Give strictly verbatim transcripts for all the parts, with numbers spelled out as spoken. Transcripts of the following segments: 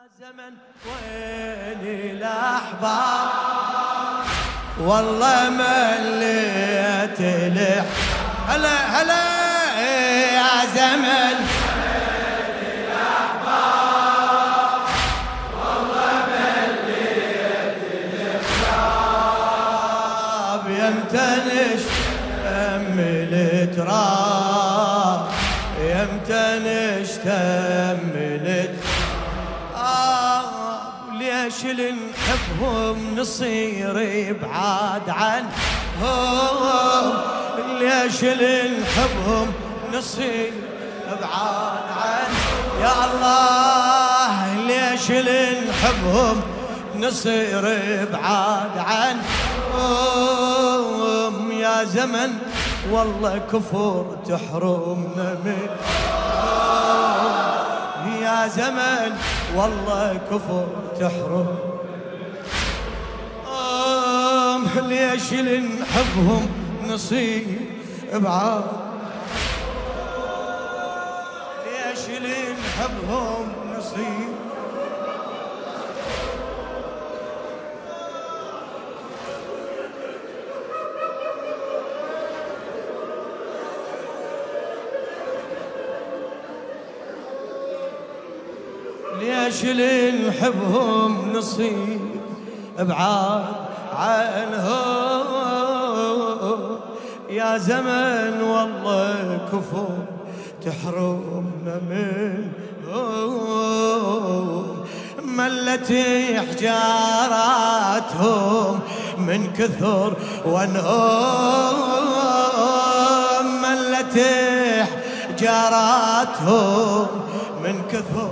زمن وين الأحباب والله مليت لح هلا هلا يا زمن وين الأحباب والله مليت الأحباب يمتى نشتمل تراب يمتى نشتمل ليش اللي نحبهم نصير بعاد عنهم ليش اللي نحبهم نصير بعاد عنهم يا الله ليش اللي نحبهم نصير بعاد عنهم يا زمن والله كفر تحرمنا من يا زمن والله كفر تحرم آم ليش اللي نحبهم نصير بعاد ليش اللي نحبهم نصير ليش اللي نحبهم نصير بعاد عنهم يا زمن والله كفر تحرمنا منهم ملت حجاراتهم من كثر ونهم ملت حجاراتهم من كثر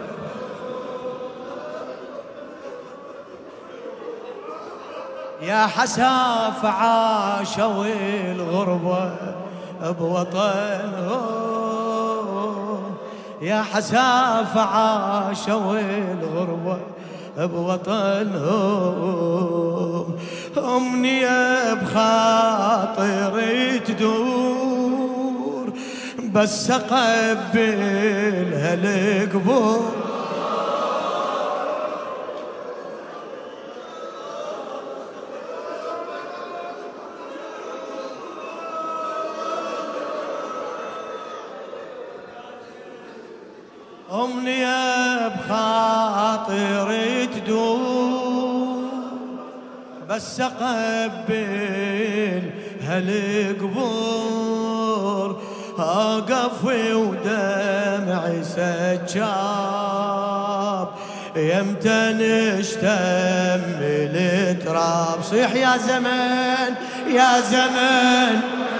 يا حساف عاشوا الغربة بوطنهم يا حساف عاشوا الغربة بوطنهم أمنية بخاطري تدور بس أقبلها القبور أمنية بخاطري تدور بس أقبل هالقبور أقف ودمعي سجاب يمتى نشتمل تراب صيح يا زمن يا زمن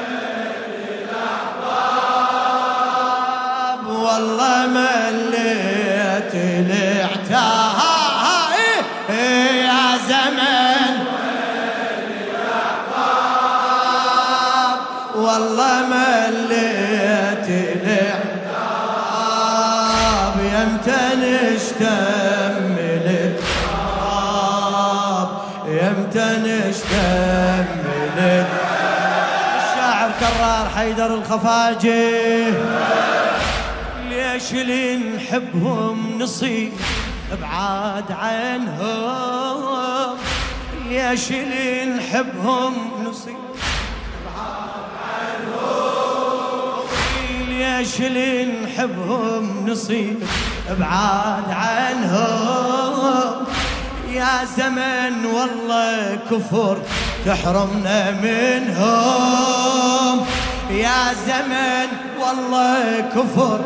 والله مليت العتاب يا زمن والله مليت العتاب يمتى نشتمل التراب يمتى نشتمل الشاعر كرار حيدر الخفاجي ليش اللي نحبهم نصير بعاد عنهم ليش اللي نحبهم نصير بعاد عنهم ليش اللي نحبهم نصير بعاد عنهم يا زمن والله كفر تحرمنا منهم يا زمن والله كفر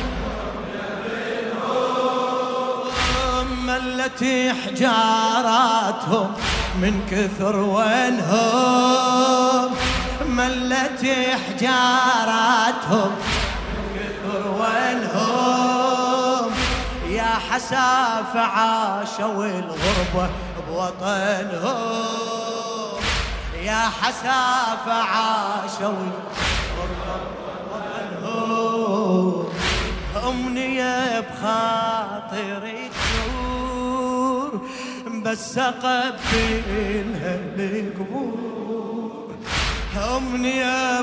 ملت حجاراتهم من كثر وينهم ملت حجاراتهم من كثر وينهم يا حساف عاشوا الغربة بوطنهم يا حساف عاشوا الغربة بوطنهم أمنية بخاطري بس أقبلها القبور أمنية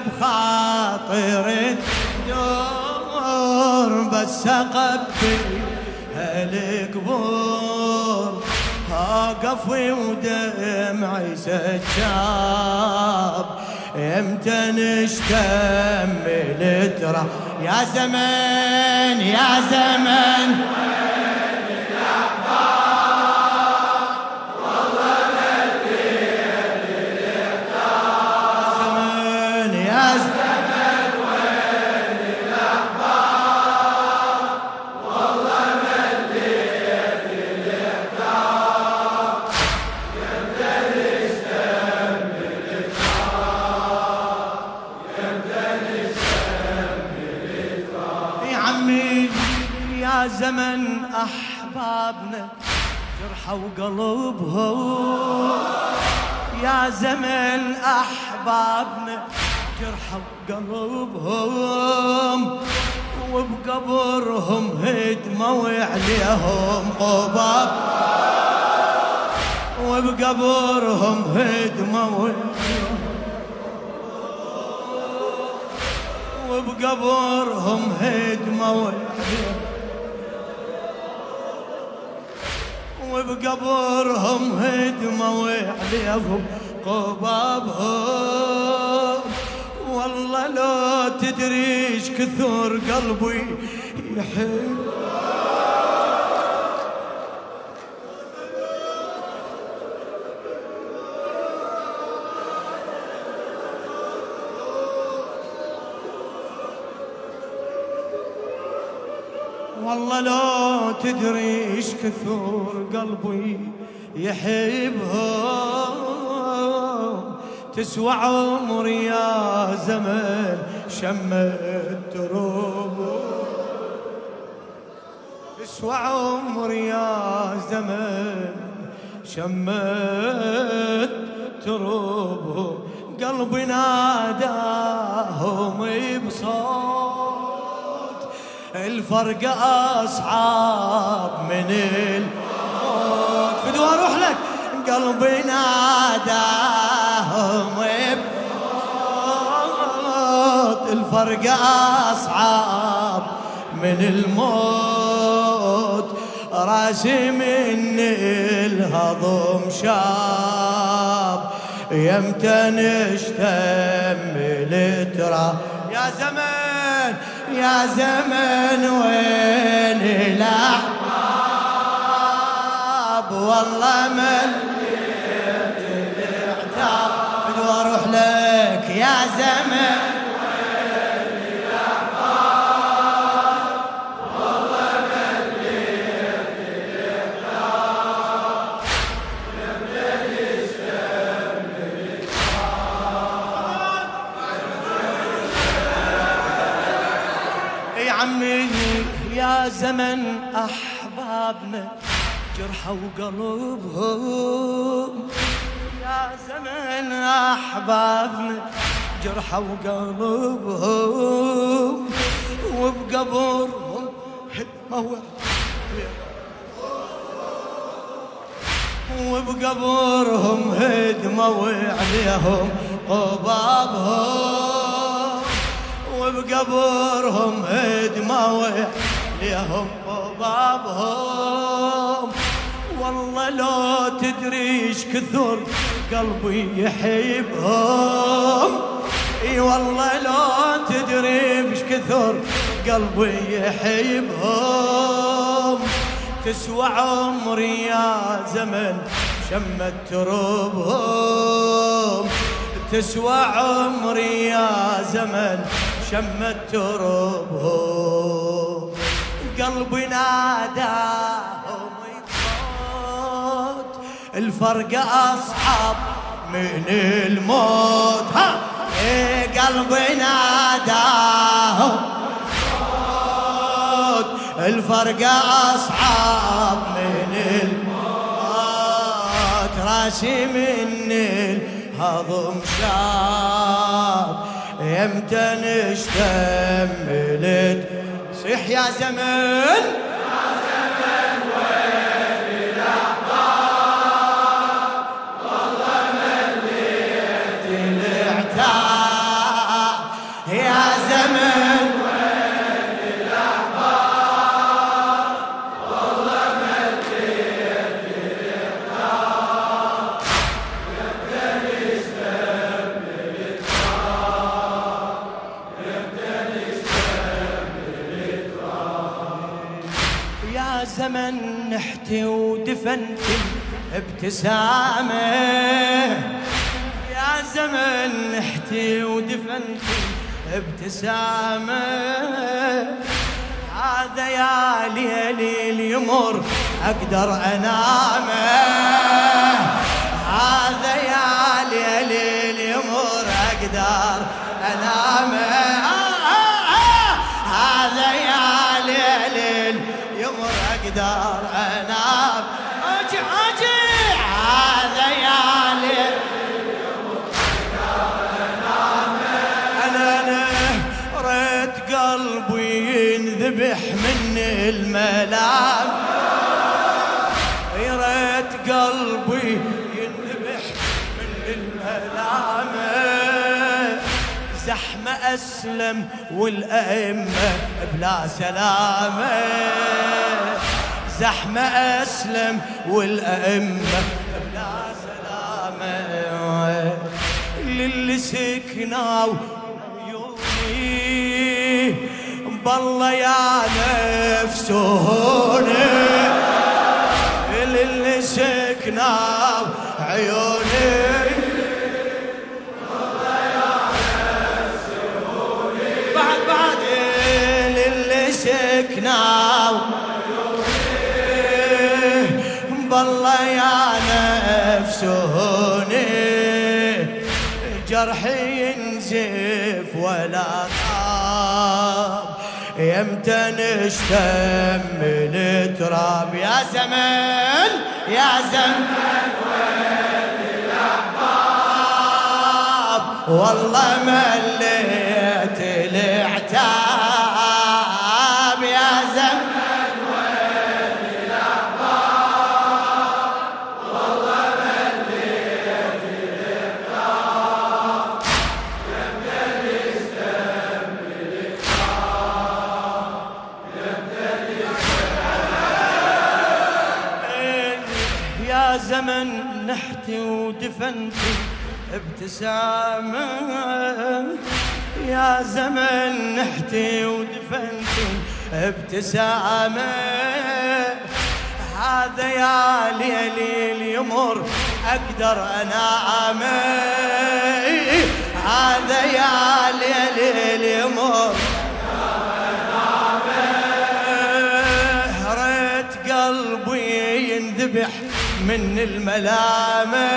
بخاطر الدور بس أقبلها القبور قفوي ودمعي سجاب امتى نشتمل ترى يا زمن يا زمن يا زمن أحبابنا جرحوا قلوبهم يا زمن أحبابنا جرحوا قلوبهم وبقبرهم هدموا عليهم قباب وبقبرهم هدموا وبقبرهم هدموا وبقبرهم هدموا عليهم قبابهم والله لو تدريش كثر قلبي يحب والله لو تدري ايش كثر قلبي يحبهم تسوى عمري يا زمن شمت تروب تسوى عمري يا زمن شمت تروب قلبي ناداهم بصوت الفرق أصعب من الموت فدوا أروح لك قلبي ناداهم بصوت الفرق أصعب من الموت راسي من الهضم شاب يمتى نشتمل ترى يا زمن يا زمن وين الأحباب والله مليت العتاب بدو أروح لك يا زمن وين الأحباب والله مليت العتاب يبدأ يستمر يا عمي يا زمن أحبابنا جرحوا قلوبهم يا زمن أحبابنا جرحوا قلوبهم وبقبرهم هدموا وبقبرهم هدموا عليهم قبابهم وبقبرهم هدموا عليهم قبابهم والله لو تدريش كثر قلبي يحبهم اي والله لو تدريش كثر قلبي يحبهم تسوى عمري يا زمن شمت تربهم تسوى عمري يا زمن شمت تربهم قلبي ناداهم بصوت الفرق أصعب من الموت ها إيه قلبي ناداهم بصوت الفرق أصعب من الموت راسي من الهضم شاب يمتى نشتملت صيح يا زمن يا زمن وين الأحباب والله مليت العتاب يا زمن وين الأحباب والله يا زمن نحتي ودفنتي ابتسامة، يا زمن نحتي ودفنتي ابتسامة، هذا يا ليلي اليمر أقدر أنامه، هذا يا ليلي اليمر أقدر أنامه، هذا يا ليلي اليمر أقدر أنام، أجي أجي هذا يا ليلي اليمر أقدر أنام، أنا أنا ريت قلبي ينذبح من الملام، ريت قلبي ينذبح من الملام، زحمة أسلم والأئمة بلا سلامة، زحمة أسلم والأئمة بلا سلامة، للي سكنوا عيوني بالله يا نفس هوني، للي سكنوا عيوني بالله يا نفس هوني، بعد بعد للي سكنوا عيوني بالله يا نفس هوني، جرحي ينزف ولا طاب، يمتى نشتم من تراب، يا زمن يا زمن وين الأحباب، والله مليت العتاب، يا زمن وين الأحباب، والله مليت العتاب، يمتى نشتم من تراب، يمتى نشتم، يا زمن نحتي ودفنتي ابتسامة، يا زمن نحتي ودفنتي ابتسامة، هذا يا ليلي اليمر أقدر أنامه، هذا يا ليلي اليمر ريت قلبي ينذبح من الملامة،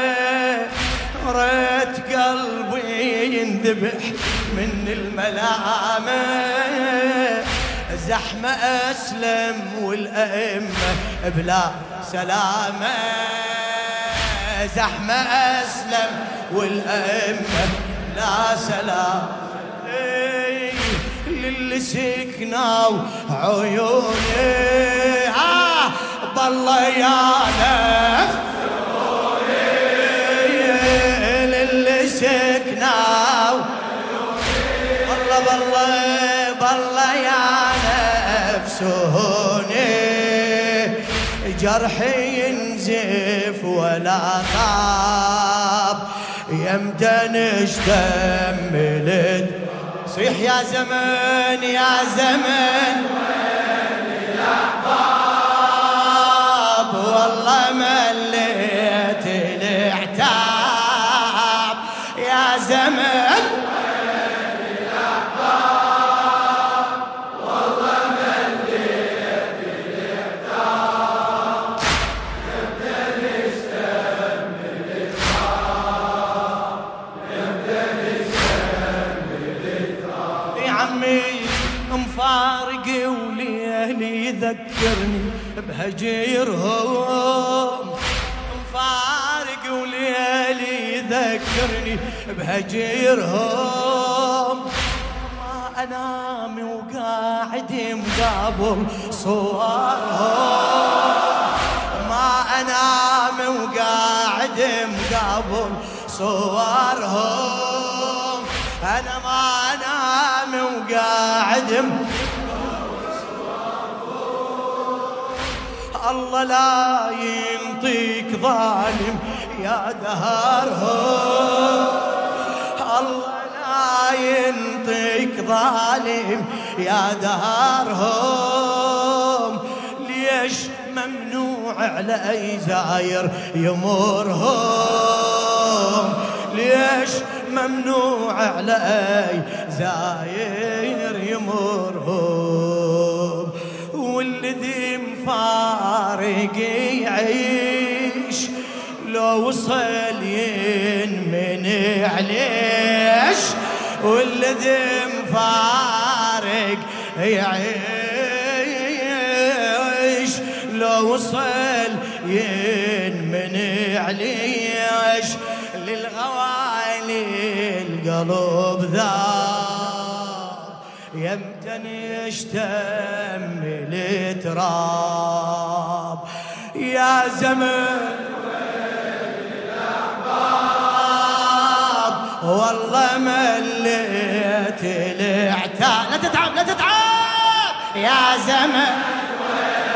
ريت قلبي ينذبح من الملامة، زحمة أسلم والأئمة بلا سلامة، زحمة أسلم والأئمة بلا سلامة، للي سكنوا عيوني ها بالله يا نفس هوني، للي سكنوا والله بالله بالله يا نفس هوني، جرحي ينزف ولا طاب، يمتى نشتم ملد، صيح يا زمن يا زمن وين الأحباب، والله مليت العتاب، يا زمن وين الأحباب، والله مليت العتاب، يمتى نشتم من التراب، يمتى نشتم من التراب، يا عمي مفارق وليالي يذكرني بهجيرهم، مفارق وليالي يذكرني بهجيرهم، ما انام وقاعد مقابل صورهم، ما انام وقاعد مقابل صورهم، انا ما انام وقاعد الله لا ينطيك ظالم يا دهرهم، الله لا ينطيك ظالم يا دهرهم، ليش ممنوع على أي زاير يمرهم؟ ليش ممنوع على أي زاير يمرهم؟ والذي مفارق يعيش لو وصل ينمنع ليش؟ والذي مفارق يعيش لو وصل ينمنع ليش؟ للغوالي القلب ذاب يمتن يشتمل تراب. يا زمن والله مليت العتاب. لا تتعب لا تتعب يا زمن